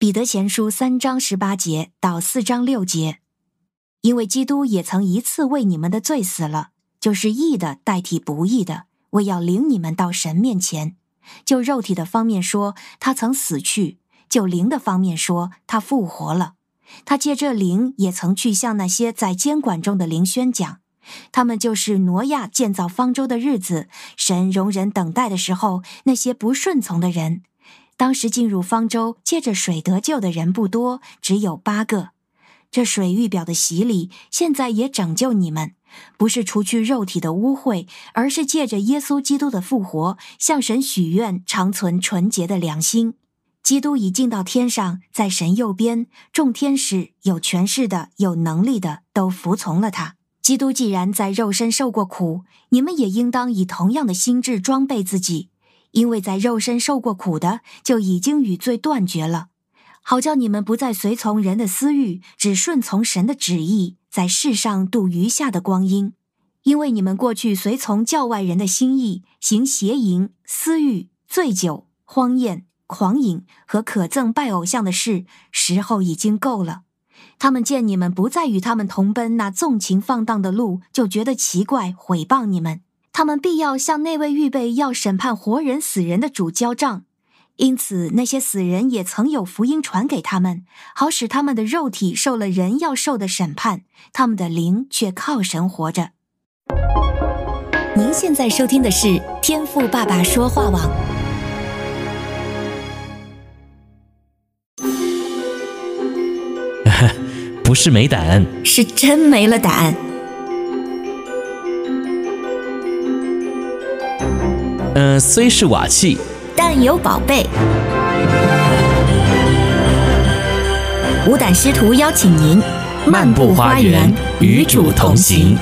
彼得前书3章18节到4章6节，因为基督也曾一次为你们的罪死了，就是义的代替不义的，为要领你们到神面前。就肉体的方面说，他曾死去；就灵的方面说，他复活了。他借这灵也曾去向那些在监管中的灵宣讲，他们就是挪亚建造方舟的日子，神容忍等待的时候，那些不顺从的人。当时进入方舟借着水得救的人不多，只有8个。这水预表的洗礼现在也拯救你们，不是除去肉体的污秽，而是借着耶稣基督的复活，向神许愿长存纯洁的良心。基督已进到天上，在神右边，众天使有权势的有能力的都服从了他。基督既然在肉身受过苦，你们也应当以同样的心志装备自己，因为在肉身受过苦的就已经与罪断绝了，好叫你们不再随从人的私欲，只顺从神的旨意，在世上度余下的光阴。因为你们过去随从教外人的心意，行邪淫、私欲、醉酒、荒宴、狂饮和可憎拜偶像的事，时候已经够了。他们见你们不再与他们同奔那纵情放荡的路，就觉得奇怪，毁谤你们。他们必要向那位预备要审判活人死人的主交账。因此那些死人也曾有福音传给他们，好使他们的肉体受了人要受的审判，他们的灵却靠神活着。您现在收听的是天父爸爸说话网。 不是没胆， 是真没了胆。 虽是瓦器， 但有宝贝。无胆师徒邀请您漫步花园，与主同行。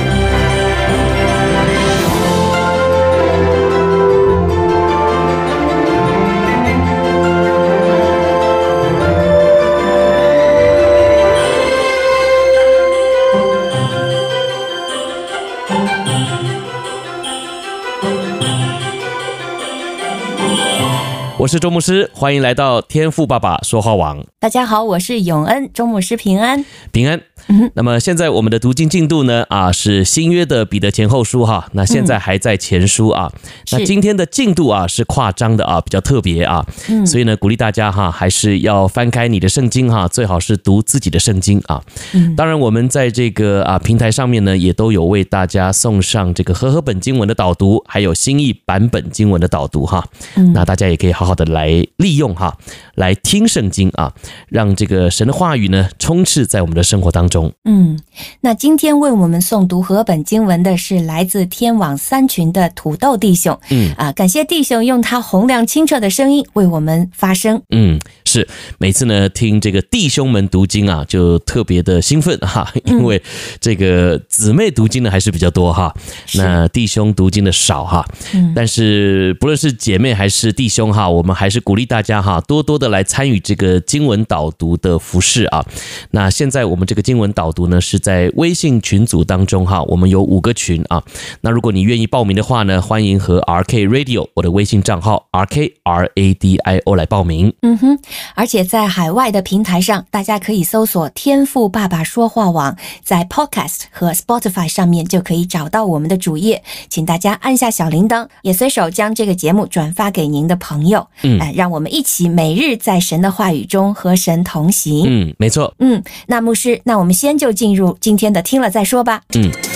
我是周牧师，欢迎来到天父爸爸说话网。 大家好，我是永恩，周牧师平安。 平安。那么现在我们的读经进度呢是新约的彼得前后书哈，那现在还在前书啊。那今天的进度是跨章的比较特别所以呢鼓励大家还是要翻开你的圣经最好是读自己的圣经当然我们在这个平台上面呢也都有为大家送上这个和合本经文的导读，还有新译版本经文的导读那大家也可以好好的来利用来听圣经让这个神的话语呢充斥在我们的生活当中。 那今天为我们诵读和合本经文的是来自天网3群的土豆弟兄。感谢弟兄用他洪亮清澈的声音为我们发声。 是每次呢听这个弟兄们读经就特别的兴奋因为这个姊妹读经呢还是比较多那弟兄读经的少但是不论是姐妹还是弟兄我们还是鼓励大家多多的来参与这个经文导读的服事那现在我们这个经文导读呢是在微信群组当中我们有5个群那如果你愿意报名的话呢，欢迎和 RK Radio 我的微信账号 RKRADIO 来报名。 而且在海外的平台上，大家可以搜索天父爸爸说话网，在 Podcast 和 Spotify 上面就可以找到我们的主页，请大家按下小铃铛，也随手将这个节目转发给您的朋友，让我们一起每日在神的话语中和神同行。 没错。 那牧师，那我们先就进入今天的听了再说吧。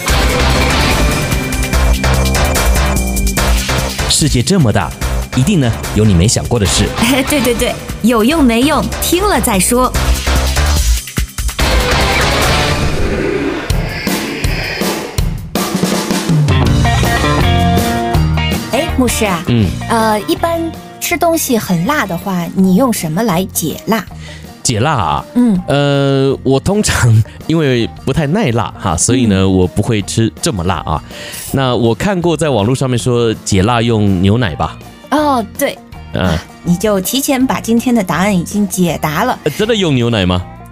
世界这么大，一定呢有你没想过的事。 对，有用没用，听了再说。牧师一般吃东西很辣的话，你用什么来解辣？ 解辣我通常因为不太耐辣所以呢我不会吃这么辣那我看过在网络上面说解辣用牛奶吧。 对，你就提前把今天的答案已经解答了。 真的用牛奶吗？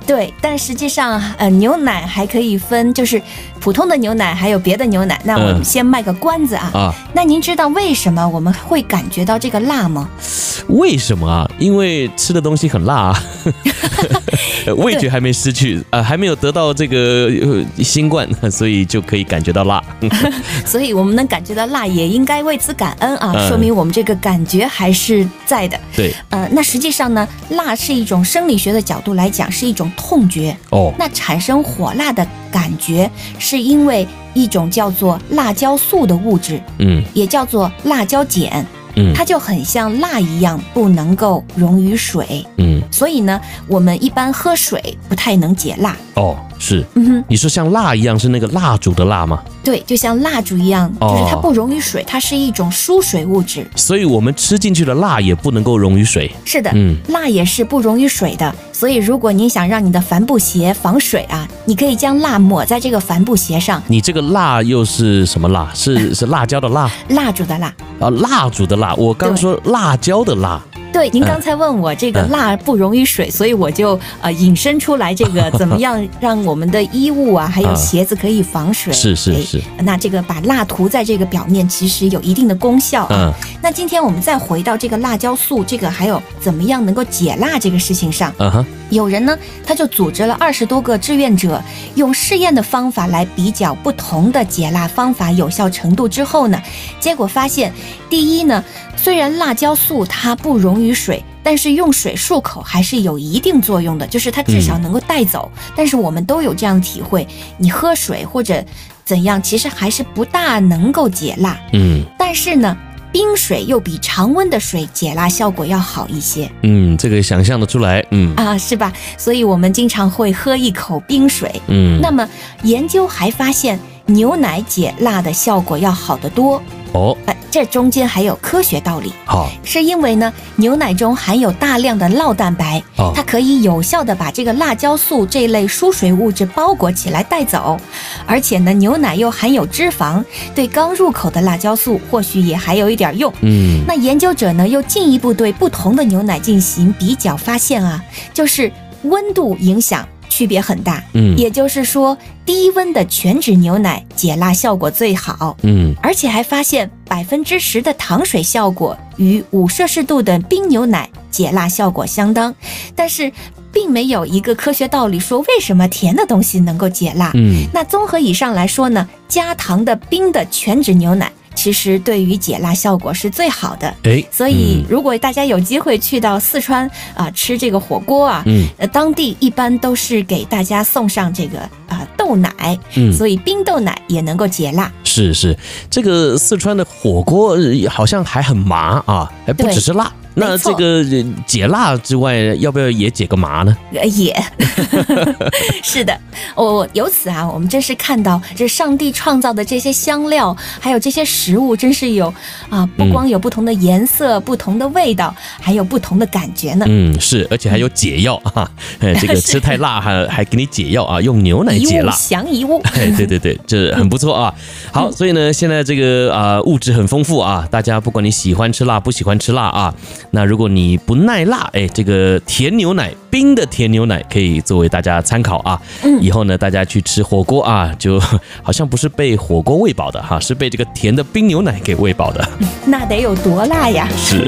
对，但实际上牛奶还可以分，就是普通的牛奶还有别的牛奶。那我们先卖个关子啊。那您知道为什么我们会感觉到这个辣吗？ 为什么啊？因为吃的东西很辣啊，味觉还没失去还没有得到这个新冠，所以就可以感觉到辣。 所以我们能感觉到辣，也应该为此感恩啊，说明我们这个感觉还是在的。 对， 那实际上呢，辣是一种生理学的角度来讲是一种痛觉。那产生火辣的感觉是因为一种叫做辣椒素的物质，也叫做辣椒碱。它就很像蜡一样，不能够溶于水。所以呢，我们一般喝水不太能解辣。 是。你说像蜡一样是那个蜡烛的蜡吗？ 对，就像蜡烛一样，就是它不溶于水，它是一种疏水物质。 所以我们吃进去的蜡也不能够溶于水。 是的，蜡也是不溶于水的。所以如果您想让你的帆布鞋防水啊，你可以将蜡抹在这个帆布鞋上。 你这个蜡又是什么蜡？是辣椒的蜡？ 蜡烛的蜡。 蜡烛的蜡，我刚说辣椒的蜡。 对，您刚才问我这个蜡不溶于水，所以我就引申出来这个怎么样让我们的衣物啊，还有鞋子可以防水。 是。 那这个把蜡涂在这个表面，其实有一定的功效啊。那今天我们再回到这个辣椒素，这个还有怎么样能够解辣这个事情上。有人呢，他就组织了20多个志愿者，用试验的方法来比较不同的解辣方法有效程度之后呢，结果发现，第一呢，虽然辣椒素它不溶于水，但是用水漱口还是有一定作用的，就是它至少能够带走。但是我们都有这样的体会，你喝水或者怎样，其实还是不大能够解辣。但是呢，冰水又比常温的水解辣效果要好一些。 这个想象得出来。 是吧？所以我们经常会喝一口冰水。那么研究还发现，牛奶解辣的效果要好得多。这中间还有科学道理。是因为呢，牛奶中含有大量的酪蛋白，它可以有效的把这个辣椒素这类疏水物质包裹起来带走，而且呢，牛奶又含有脂肪，对刚入口的辣椒素或许也还有一点用。那研究者呢，又进一步对不同的牛奶进行比较，发现啊，就是温度影响区别很大。也就是说，低温的全脂牛奶解辣效果最好。而且还发现10%的糖水效果与5摄氏度的冰牛奶解辣效果相当。但是并没有一个科学道理说为什么甜的东西能够解辣。那综合以上来说呢，加糖的冰的全脂牛奶其实对于解辣效果是最好的。所以如果大家有机会去到四川吃这个火锅啊，当地一般都是给大家送上这个豆奶。所以冰豆奶也能够解辣。 是，这个四川的火锅好像还很麻啊，还不只是辣。那这个解辣之外，要不要也解个麻呢？ 也是的。由此啊，我们真是看到这上帝创造的这些香料，还有这些食物，真是有不光有不同的颜色、不同的味道，还有不同的感觉呢。 是，而且还有解药啊。这个吃太辣还给你解药啊，用牛奶解辣， 一物降一物。 对，这很不错啊。好，所以呢，现在这个物质很丰富啊，大家不管你喜欢吃辣不喜欢吃辣啊。那如果你不耐辣，这个甜牛奶，冰的甜牛奶可以作为大家参考啊。以后呢，大家去吃火锅啊，就好像不是被火锅喂饱的哈，是被这个甜的冰牛奶给喂饱的。 那得有多辣呀？ 是。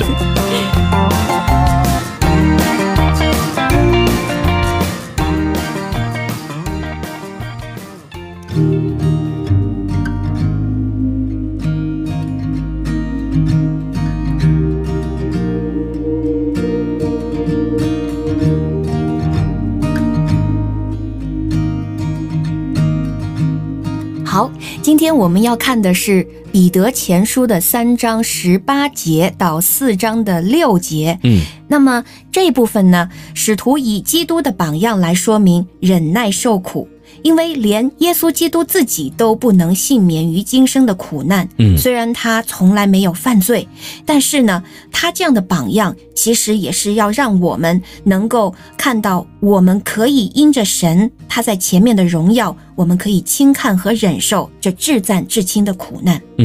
好，今天我们要看的是彼得前书的3章18节到4章的6节。那么这一部分呢，使徒以基督的榜样来说明忍耐受苦，因为连耶稣基督自己都不能幸免于今生的苦难。虽然他从来没有犯罪，但是呢，他这样的榜样其实也是要让我们能够看到，我们可以因着神他在前面的荣耀，我们可以轻看和忍受这至赞至轻的苦难。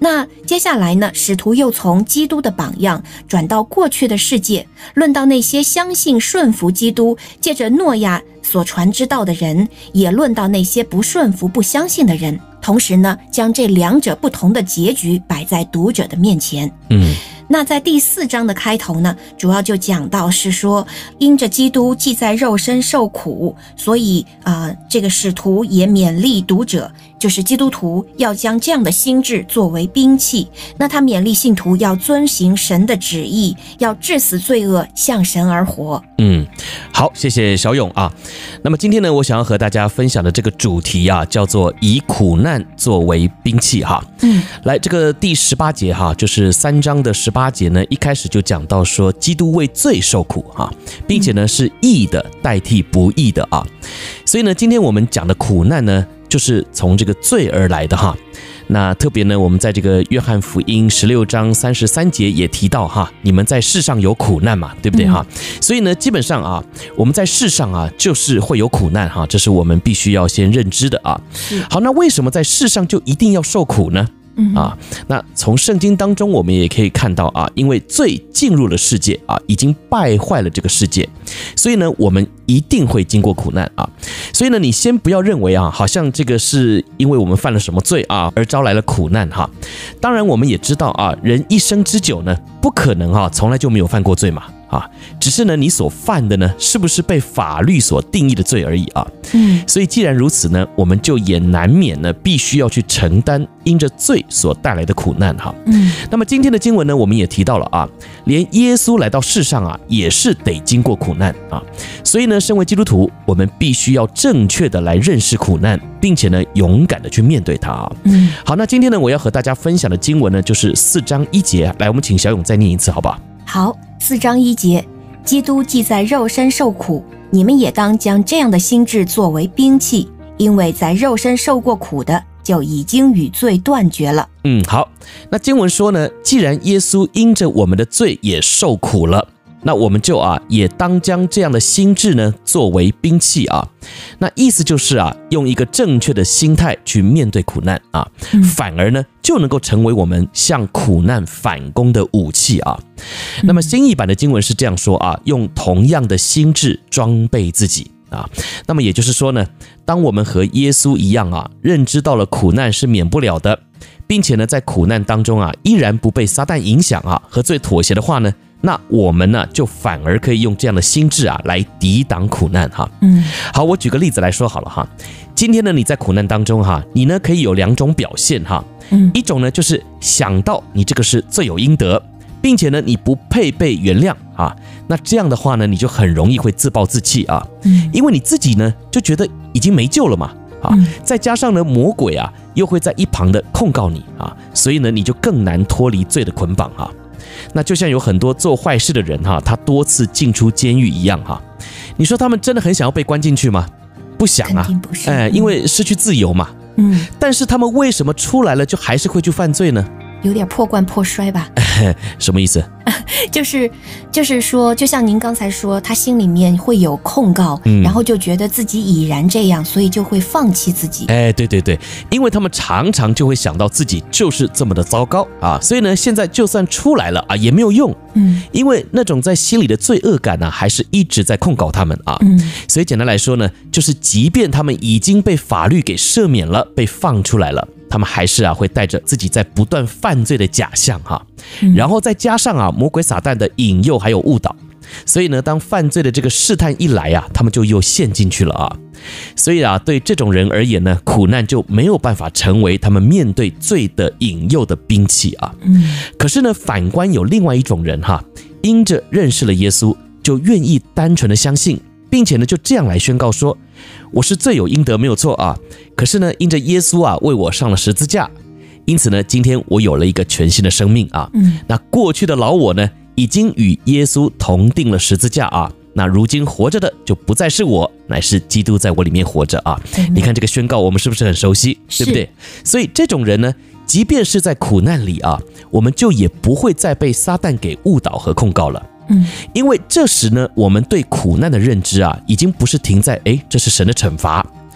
那接下来呢，使徒又从基督的榜样转到过去的世界，论到那些相信顺服基督，借着诺亚所传之道的人，也论到那些不顺服不相信的人，同时呢，将这两者不同的结局摆在读者的面前。那在第4章的开头呢，主要就讲到是说，因着基督既在肉身受苦，所以这个使徒也勉励读者，就是基督徒要将这样的心志作为兵器。那他勉励信徒要遵行神的旨意，要治死罪恶，向神而活。 好，谢谢小勇啊。那么今天呢，我想要和大家分享的这个主题啊，叫做以苦难作为兵器哈。来，这个第18节哈，就是3章的18节呢，一开始就讲到说，基督为罪受苦哈，并且呢是义的代替不义的啊。所以呢，今天我们讲的苦难呢，就是从这个罪而来的哈。那特别呢，我们在这个约翰福音16章33节也提到哈，你们在世上有苦难嘛，对不对哈？所以呢，基本上啊，我们在世上啊，就是会有苦难哈，这是我们必须要先认知的啊。好，那为什么在世上就一定要受苦呢？那从圣经当中我们也可以看到啊，因为罪进入了世界啊，已经败坏了这个世界，所以呢，我们一定会经过苦难啊。所以呢，你先不要认为啊，好像这个是因为我们犯了什么罪啊而招来了苦难哈。当然，我们也知道啊，人一生之久呢，不可能啊从来就没有犯过罪嘛。只是呢，你所犯的呢，是不是被法律所定义的罪而已啊？所以既然如此呢，我们就也难免呢，必须要去承担因着罪所带来的苦难哈。那么今天的经文呢，我们也提到了啊，连耶稣来到世上啊，也是得经过苦难啊。所以呢，身为基督徒，我们必须要正确的来认识苦难，并且呢，勇敢的去面对它啊。好，那今天呢，我要和大家分享的经文呢，就是4章1节，来，我们请小勇再念一次，好不好？ 好，4章1节，基督既在肉身受苦，你们也当将这样的心志作为兵器，因为在肉身受过苦的，就已经与罪断绝了。 好，那经文说呢，既然耶稣因着我们的罪也受苦了，那我们就也当将这样的心志呢作为兵器啊。那意思就是用一个正确的心态去面对苦难啊，反而呢就能够成为我们向苦难反攻的武器啊。那么新译版的经文是这样说啊，用同样的心志装备自己啊。那么也就是说呢，当我们和耶稣一样认知到了苦难是免不了的，并且呢在苦难当中依然不被撒旦影响和罪妥协的话呢，那我们呢就反而可以用这样的心志来抵挡苦难哈。好，我举个例子来说好了哈。今天呢你在苦难当中你呢可以有2种表现哈。一种呢就是想到你这个是罪有应得，并且呢你不配被原谅那这样的话呢，你就很容易会自暴自弃因为你自己呢就觉得已经没救了嘛再加上呢魔鬼又会在一旁的控告你所以呢你就更难脱离罪的捆绑那就像有很多做坏事的人他多次进出监狱一样你说他们真的很想要被关进去吗？不想肯定不是因为失去自由嘛但是他们为什么出来了就还是会去犯罪呢？ 有点破罐破摔吧。 什么意思？ 就是说，就像您刚才说，他心里面会有控告，然后就觉得自己已然这样，所以就会放弃自己。 对，因为他们常常就会想到自己就是这么的糟糕所以呢，现在就算出来了也没有用，因为那种在心里的罪恶感还是一直在控告他们所以简单来说呢，就是即便他们已经被法律给赦免了，被放出来了，他们还是会带着自己在不断犯罪的假象然后再加上魔鬼撒旦的引诱还有误导，所以呢，当犯罪的这个试探一来他们就又陷进去了所以对这种人而言呢，苦难就没有办法成为他们面对罪的引诱的兵器可是呢，反观有另外一种人因着认识了耶稣，就愿意单纯的相信，并且呢就这样来宣告说，我是罪有应得没有错可是呢因着耶稣为我上了十字架，因此呢今天我有了一个全新的生命那过去的老我呢已经与耶稣同定了十字架那如今活着的就不再是我，乃是基督在我里面活着你看这个宣告我们是不是很熟悉，对不对？所以这种人呢，即便是在苦难里我们就也不会再被撒旦给误导和控告了因为这时呢，我们对苦难的认知已经不是停在这是神的惩罚，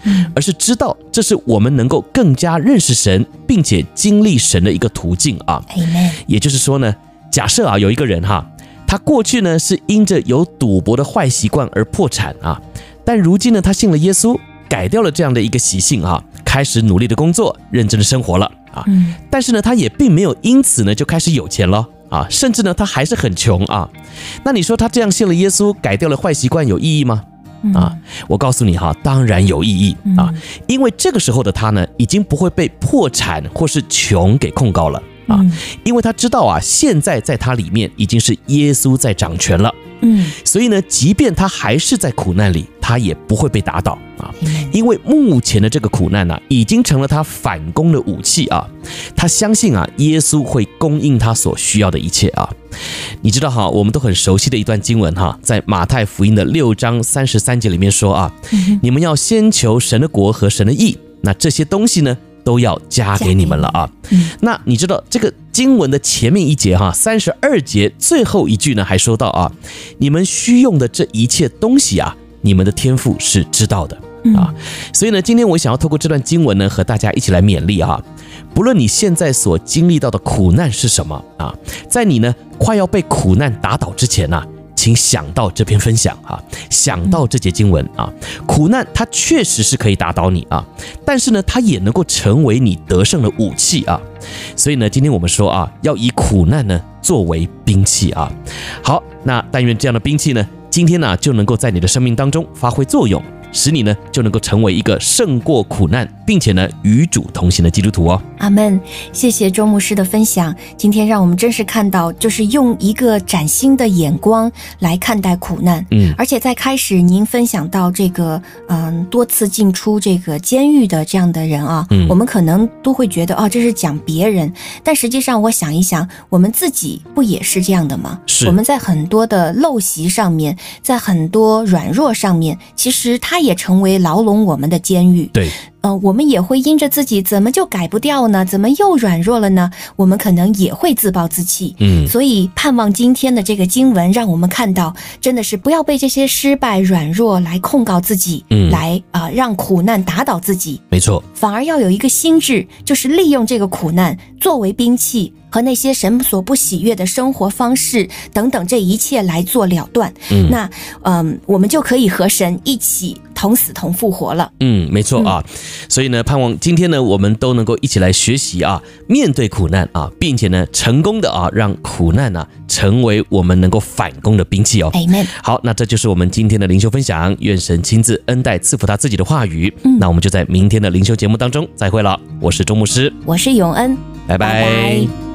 而是知道这是我们能够更加认识神，并且经历神的一个途径啊。也就是说呢，假设有一个人他过去呢是因着有赌博的坏习惯而破产啊，但如今呢他信了耶稣，改掉了这样的一个习性开始努力的工作，认真的生活了啊。但是呢他也并没有因此呢就开始有钱了啊，甚至呢他还是很穷啊。那你说他这样信了耶稣，改掉了坏习惯有意义吗？我告诉你当然有意义啊，因为这个时候的他呢，已经不会被破产或是穷给控告了啊，因为他知道现在在他里面已经是耶稣在掌权了。所以呢，即便他还是在苦难里，他也不会被打倒啊，因为目前的这个苦难已经成了他反攻的武器啊。他相信耶稣会供应他所需要的一切啊。你知道我们都很熟悉的一段经文在马太福音的6章33节里面说你们要先求神的国和神的义，那这些东西呢都要加给你们了啊。那你知道这个经文的前面一节32节最后一句呢还说到你们需用的这一切东西你们的天父是知道的啊。所以呢，今天我想要透过这段经文呢和大家一起来勉励不论你现在所经历到的苦难是什么在你呢快要被苦难打倒之前请想到这篇分享想到这节经文苦难它确实是可以打倒你但是呢它也能够成为你得胜的武器所以呢今天我们说要以苦难呢作为兵器好，那但愿这样的兵器呢今天呢就能够在你的生命当中发挥作用，使你呢就能够成为一个胜过苦难并且呢与主同行的基督徒哦。 阿们。谢谢周牧师的分享，今天让我们真是看到就是用一个崭新的眼光来看待苦难。而且在开始您分享到这个多次进出这个监狱的这样的人我们可能都会觉得这是讲别人，但实际上我想一想，我们自己不也是这样的吗？我们在很多的陋习上面，在很多软弱上面，其实它也成为牢笼我们的监狱。 对， 我们也会因着自己怎么就改不掉呢？怎么又软弱了呢？我们可能也会自暴自弃。所以盼望今天的这个经文让我们看到，真的是不要被这些失败、软弱来控告自己，来让苦难打倒自己。 没错， 反而要有一个心智，就是利用这个苦难作为兵器，和那些神所不喜悦的生活方式等等这一切来做了断。那我们就可以和神一起同死同复活了。 没错所以呢，盼望今天呢，我们都能够一起来学习面对苦难并且呢，成功的让苦难成为我们能够反攻的兵器哦。 Amen。 好，那这就是我们今天的灵修分享，愿神亲自恩待赐福他自己的话语。那我们就在明天的灵修节目当中再会了。我是周牧师， 我是永恩， 拜拜。